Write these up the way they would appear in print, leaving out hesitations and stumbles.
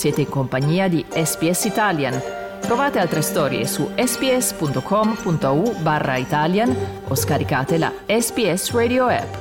Siete in compagnia di SBS Italian. Trovate altre storie su sbs.com.au/Italian o scaricate la SBS Radio app.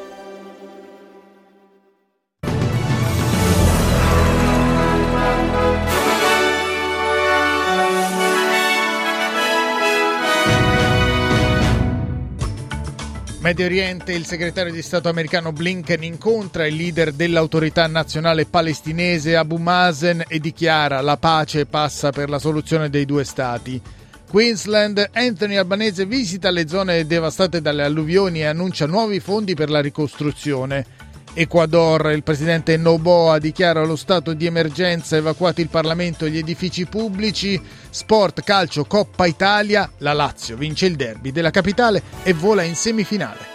Medio Oriente, il segretario di Stato americano Blinken incontra il leader dell'autorità nazionale palestinese Abu Mazen e dichiara: la pace passa per la soluzione dei due stati. Queensland, Anthony Albanese visita le zone devastate dalle alluvioni e annuncia nuovi fondi per la ricostruzione. Ecuador, il presidente Noboa dichiara lo stato di emergenza, evacuati il Parlamento e gli edifici pubblici. Sport, calcio, Coppa Italia, la Lazio vince il derby della capitale e vola in semifinale.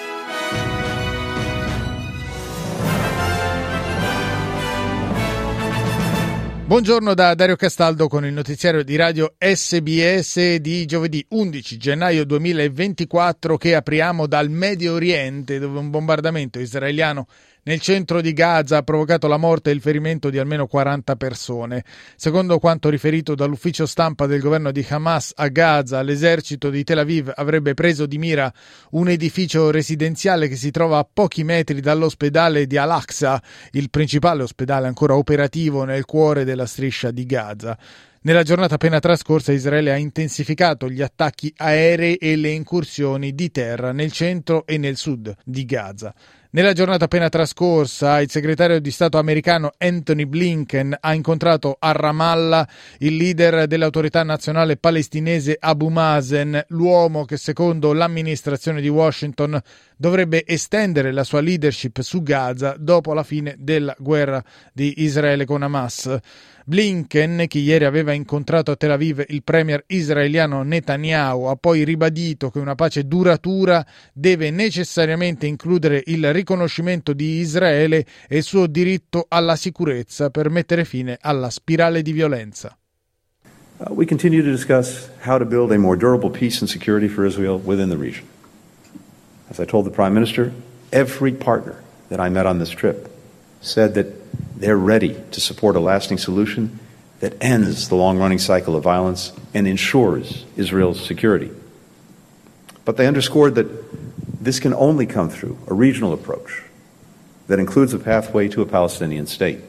Buongiorno da Dario Castaldo con il notiziario di radio SBS di giovedì 11 gennaio 2024 che apriamo dal Medio Oriente, dove un bombardamento israeliano nel centro di Gaza ha provocato la morte e il ferimento di almeno 40 persone. Secondo quanto riferito dall'ufficio stampa del governo di Hamas a Gaza, l'esercito di Tel Aviv avrebbe preso di mira un edificio residenziale che si trova a pochi metri dall'ospedale di Al-Aqsa, il principale ospedale ancora operativo nel cuore della striscia di Gaza. Nella giornata appena trascorsa Israele ha intensificato gli attacchi aerei e le incursioni di terra nel centro e nel sud di Gaza. Nella giornata appena trascorsa il segretario di Stato americano Anthony Blinken ha incontrato a Ramallah il leader dell'autorità nazionale palestinese Abu Mazen, l'uomo che secondo l'amministrazione di Washington dovrebbe estendere la sua leadership su Gaza dopo la fine della guerra di Israele con Hamas. Blinken, che ieri aveva incontrato a Tel Aviv il premier israeliano Netanyahu, ha poi ribadito che una pace duratura deve necessariamente includere il riconoscimento di Israele e il suo diritto alla sicurezza per mettere fine alla spirale di violenza. We continue to discuss how to build a more durable peace and security for Israel within the region. As I told the Prime Minister, every partner that I met on this trip said that they're ready to support a lasting solution that ends the long-running cycle of violence and ensures Israel's security. But they underscored that this can only come through a regional approach that includes a pathway to a Palestinian state.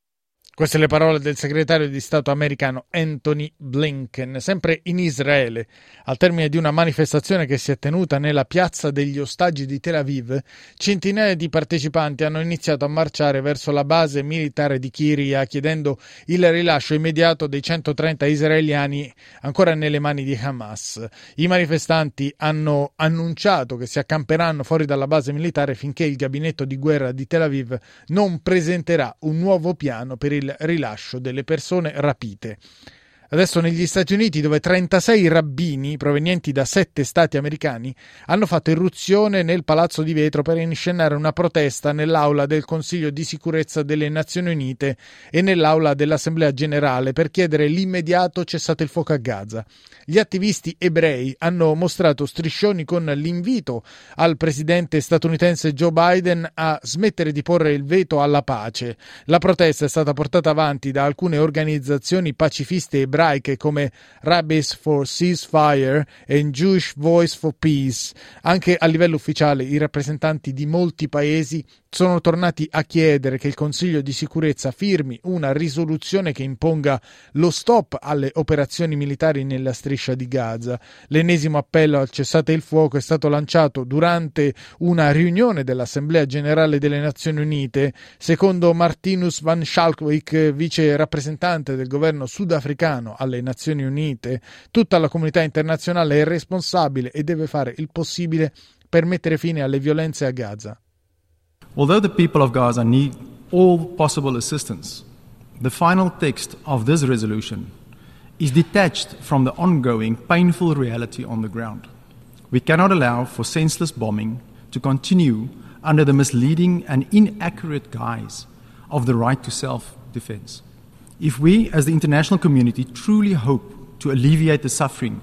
Queste le parole del segretario di Stato americano Anthony Blinken, sempre in Israele. Al termine di una manifestazione che si è tenuta nella piazza degli ostaggi di Tel Aviv, centinaia di partecipanti hanno iniziato a marciare verso la base militare di Kiryat, chiedendo il rilascio immediato dei 130 israeliani ancora nelle mani di Hamas. I manifestanti hanno annunciato che si accamperanno fuori dalla base militare finché il gabinetto di guerra di Tel Aviv non presenterà un nuovo piano per il rilascio delle persone rapite. Adesso negli Stati Uniti, dove 36 rabbini provenienti da 7 stati americani hanno fatto irruzione nel Palazzo di Vetro per inscenare una protesta nell'aula del Consiglio di sicurezza delle Nazioni Unite e nell'aula dell'Assemblea Generale per chiedere l'immediato cessate il fuoco a Gaza. Gli attivisti ebrei hanno mostrato striscioni con l'invito al presidente statunitense Joe Biden a smettere di porre il veto alla pace. La protesta è stata portata avanti da alcune organizzazioni pacifiste ebraiche come Rabbis for Ceasefire e Jewish Voice for Peace. Anche a livello ufficiale i rappresentanti di molti paesi sono tornati a chiedere che il Consiglio di sicurezza firmi una risoluzione che imponga lo stop alle operazioni militari nella striscia di Gaza. L'ennesimo appello al cessate il fuoco è stato lanciato durante una riunione dell'Assemblea Generale delle Nazioni Unite. Secondo Martinus van Schalkwyk, vice rappresentante del governo sudafricano alle Nazioni Unite, tutta la comunità internazionale è responsabile e deve fare il possibile per mettere fine alle violenze a Gaza. Although the people of Gaza need all possible assistance, the final text of this resolution is detached from the ongoing painful reality on the ground. We cannot allow for senseless bombing to continue under the misleading and inaccurate guise of the right to self-defense. If we, as the international community, truly hope to alleviate the suffering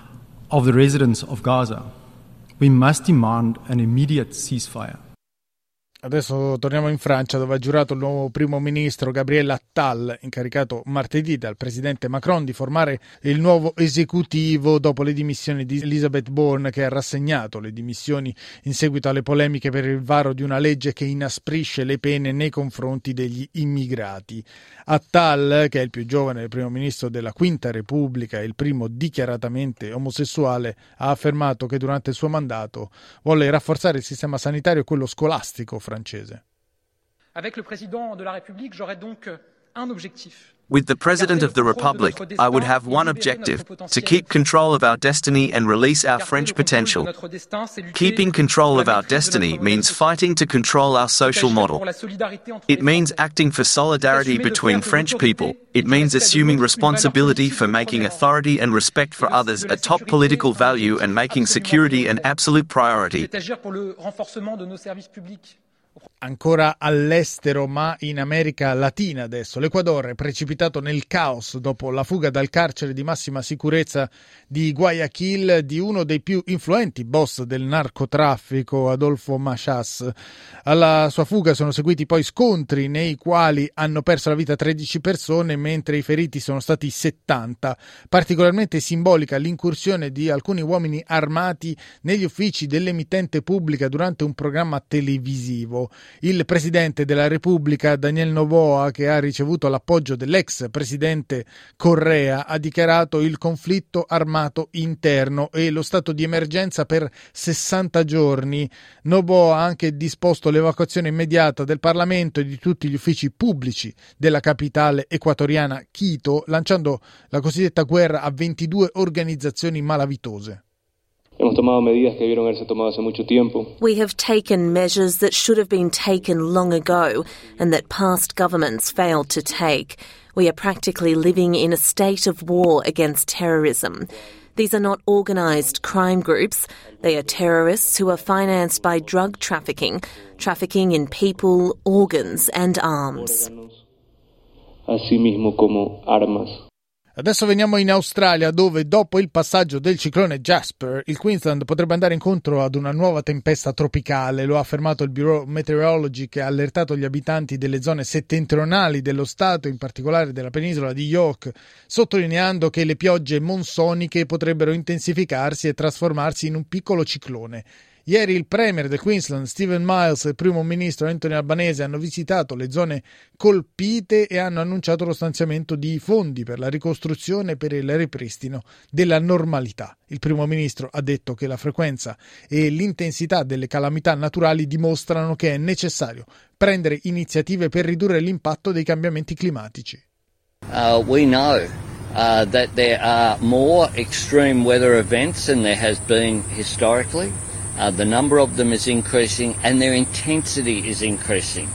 of the residents of Gaza, we must demand an immediate ceasefire. Adesso torniamo in Francia, dove ha giurato il nuovo primo ministro Gabriel Attal, incaricato martedì dal presidente Macron di formare il nuovo esecutivo dopo le dimissioni di Elisabeth Borne, che ha rassegnato le dimissioni in seguito alle polemiche per il varo di una legge che inasprisce le pene nei confronti degli immigrati. Attal, che è il più giovane primo ministro della Quinta Repubblica e il primo dichiaratamente omosessuale, ha affermato che durante il suo mandato volle rafforzare il sistema sanitario e quello scolastico francese. Avec le président de la République, j'aurais donc un objectif. With the President of the Republic, I would have one objective: to keep control of our destiny and release our French potential. Keeping control of our destiny means fighting to control our social model. It means acting for solidarity between French people. It means assuming responsibility for making authority and respect for others a top political value and making security an absolute priority. Ancora all'estero, ma in America Latina adesso. L'Ecuador è precipitato nel caos dopo la fuga dal carcere di massima sicurezza di Guayaquil di uno dei più influenti boss del narcotraffico, Adolfo Machas. Alla sua fuga sono seguiti poi scontri nei quali hanno perso la vita 13 persone, mentre i feriti sono stati 70. Particolarmente simbolica l'incursione di alcuni uomini armati negli uffici dell'emittente pubblica durante un programma televisivo. Il presidente della Repubblica, Daniel Noboa, che ha ricevuto l'appoggio dell'ex presidente Correa, ha dichiarato il conflitto armato interno e lo stato di emergenza per 60 giorni. Noboa ha anche disposto l'evacuazione immediata del Parlamento e di tutti gli uffici pubblici della capitale equatoriana Quito, lanciando la cosiddetta guerra a 22 organizzazioni malavitose. Hemos tomado medidas que debieron haberse tomado hace mucho tiempo. We have taken measures that should have been taken long ago and that past governments failed to take. We are practically living in a state of war against terrorism. These are not organised crime groups. They are terrorists who are financed by drug trafficking, trafficking in people, organs and arms. Así mismo como armas. Adesso veniamo in Australia, dove dopo il passaggio del ciclone Jasper, il Queensland potrebbe andare incontro ad una nuova tempesta tropicale. Lo ha affermato il Bureau Meteorology, che ha allertato gli abitanti delle zone settentrionali dello stato, in particolare della penisola di York, sottolineando che le piogge monsoniche potrebbero intensificarsi e trasformarsi in un piccolo ciclone. Ieri il premier del Queensland, Stephen Miles, e il primo ministro Anthony Albanese hanno visitato le zone colpite e hanno annunciato lo stanziamento di fondi per la ricostruzione e per il ripristino della normalità. Il primo ministro ha detto che la frequenza e l'intensità delle calamità naturali dimostrano che è necessario prendere iniziative per ridurre l'impatto dei cambiamenti climatici. We know that there are more extreme weather events than there has been historically. The number of them is increasing and their intensity is increasing.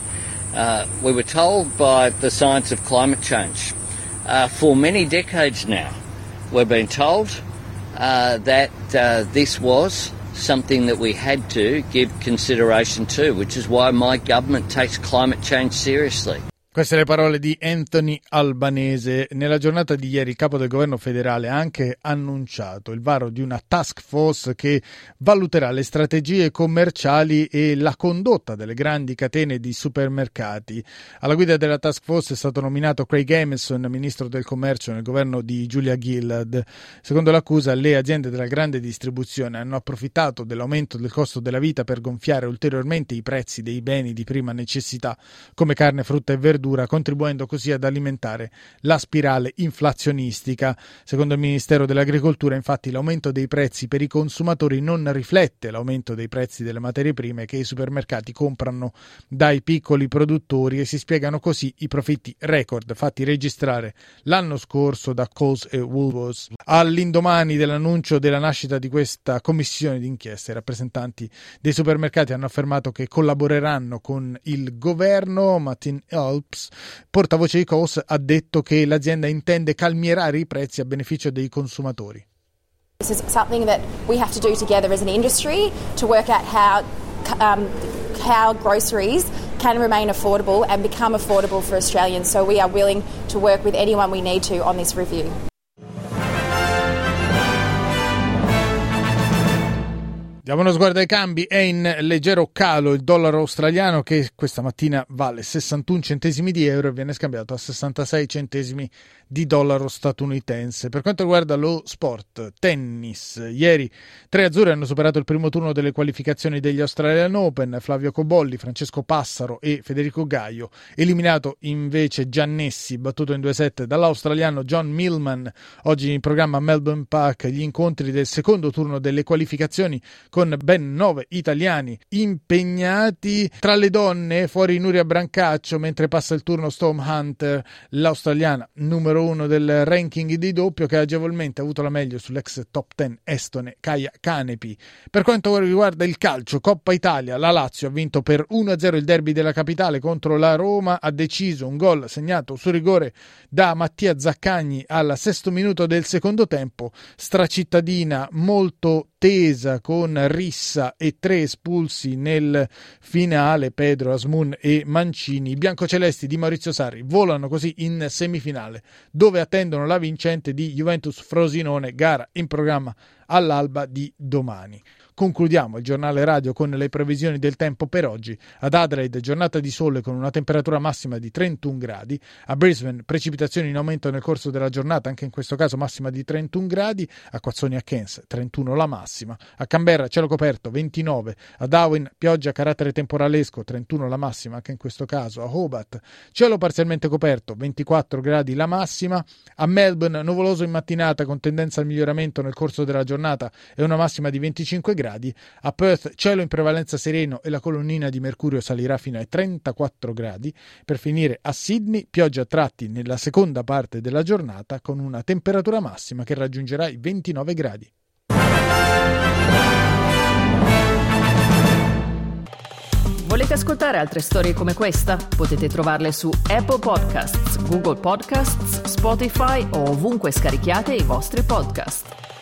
We were told by the science of climate change for many decades now. We've been told that this was something that we had to give consideration to, which is why my government takes climate change seriously. Queste le parole di Anthony Albanese. Nella giornata di ieri il capo del governo federale ha anche annunciato il varo di una task force che valuterà le strategie commerciali e la condotta delle grandi catene di supermercati. Alla guida della task force è stato nominato Craig Emerson, ministro del commercio nel governo di Julia Gillard. Secondo l'accusa, le aziende della grande distribuzione hanno approfittato dell'aumento del costo della vita per gonfiare ulteriormente i prezzi dei beni di prima necessità come carne, frutta e verdura, contribuendo così ad alimentare la spirale inflazionistica. Secondo il Ministero dell'Agricoltura, infatti, l'aumento dei prezzi per i consumatori non riflette l'aumento dei prezzi delle materie prime che i supermercati comprano dai piccoli produttori, e si spiegano così i profitti record fatti registrare l'anno scorso da Coles e Woolworths. All'indomani dell'annuncio della nascita di questa commissione d'inchiesta, i rappresentanti dei supermercati hanno affermato che collaboreranno con il governo. Martin Elps, portavoce di Coles, ha detto che l'azienda intende calmierare i prezzi a beneficio dei consumatori. This is something that we have to do together as an industry to work out how groceries can remain affordable and become affordable for Australians. So we are willing to work with anyone we need to on this review. Diamo uno sguardo ai cambi, è in leggero calo il dollaro australiano che questa mattina vale 61 centesimi di euro e viene scambiato a 66 centesimi di dollaro statunitense. Per quanto riguarda lo sport, tennis, ieri 3 azzurri hanno superato il primo turno delle qualificazioni degli Australian Open, Flavio Cobolli, Francesco Passaro e Federico Gaio, eliminato invece Giannessi, battuto in 2 set dall'australiano John Millman. Oggi in programma a Melbourne Park gli incontri del secondo turno delle qualificazioni con ben 9 italiani impegnati. Tra le donne, fuori Nuria Brancaccio, mentre passa il turno Storm Hunter, l'australiana numero 1 del ranking di doppio, che agevolmente ha avuto la meglio sull'ex top 10 estone Kaia Kanepi. Per quanto riguarda il calcio, Coppa Italia, la Lazio ha vinto per 1-0 il derby della capitale contro la Roma, ha deciso un gol segnato su rigore da Mattia Zaccagni al 6° minuto del secondo tempo. Stracittadina molto tesa con rissa e 3 espulsi nel finale, Pedro, Asmun e Mancini. I biancocelesti di Maurizio Sarri volano così in semifinale, dove attendono la vincente di Juventus Frosinone, gara in programma all'alba di domani. Concludiamo il giornale radio con le previsioni del tempo per oggi. Ad Adelaide giornata di sole con una temperatura massima di 31 gradi, a Brisbane precipitazioni in aumento nel corso della giornata, anche in questo caso massima di 31 gradi, a Quazzoni a Cairns 31 la massima, a Canberra cielo coperto 29, a Darwin pioggia a carattere temporalesco 31 la massima, anche in questo caso, a Hobart cielo parzialmente coperto 24 gradi la massima, a Melbourne nuvoloso in mattinata con tendenza al miglioramento nel corso della giornata e una massima di 25 gradi, a Perth cielo in prevalenza sereno e la colonnina di mercurio salirà fino ai 34 gradi, per finire a Sydney pioggia a tratti nella seconda parte della giornata con una temperatura massima che raggiungerà i 29 gradi. Volete ascoltare altre storie come questa? Potete trovarle su Apple Podcasts, Google Podcasts, Spotify o ovunque scarichiate i vostri podcast.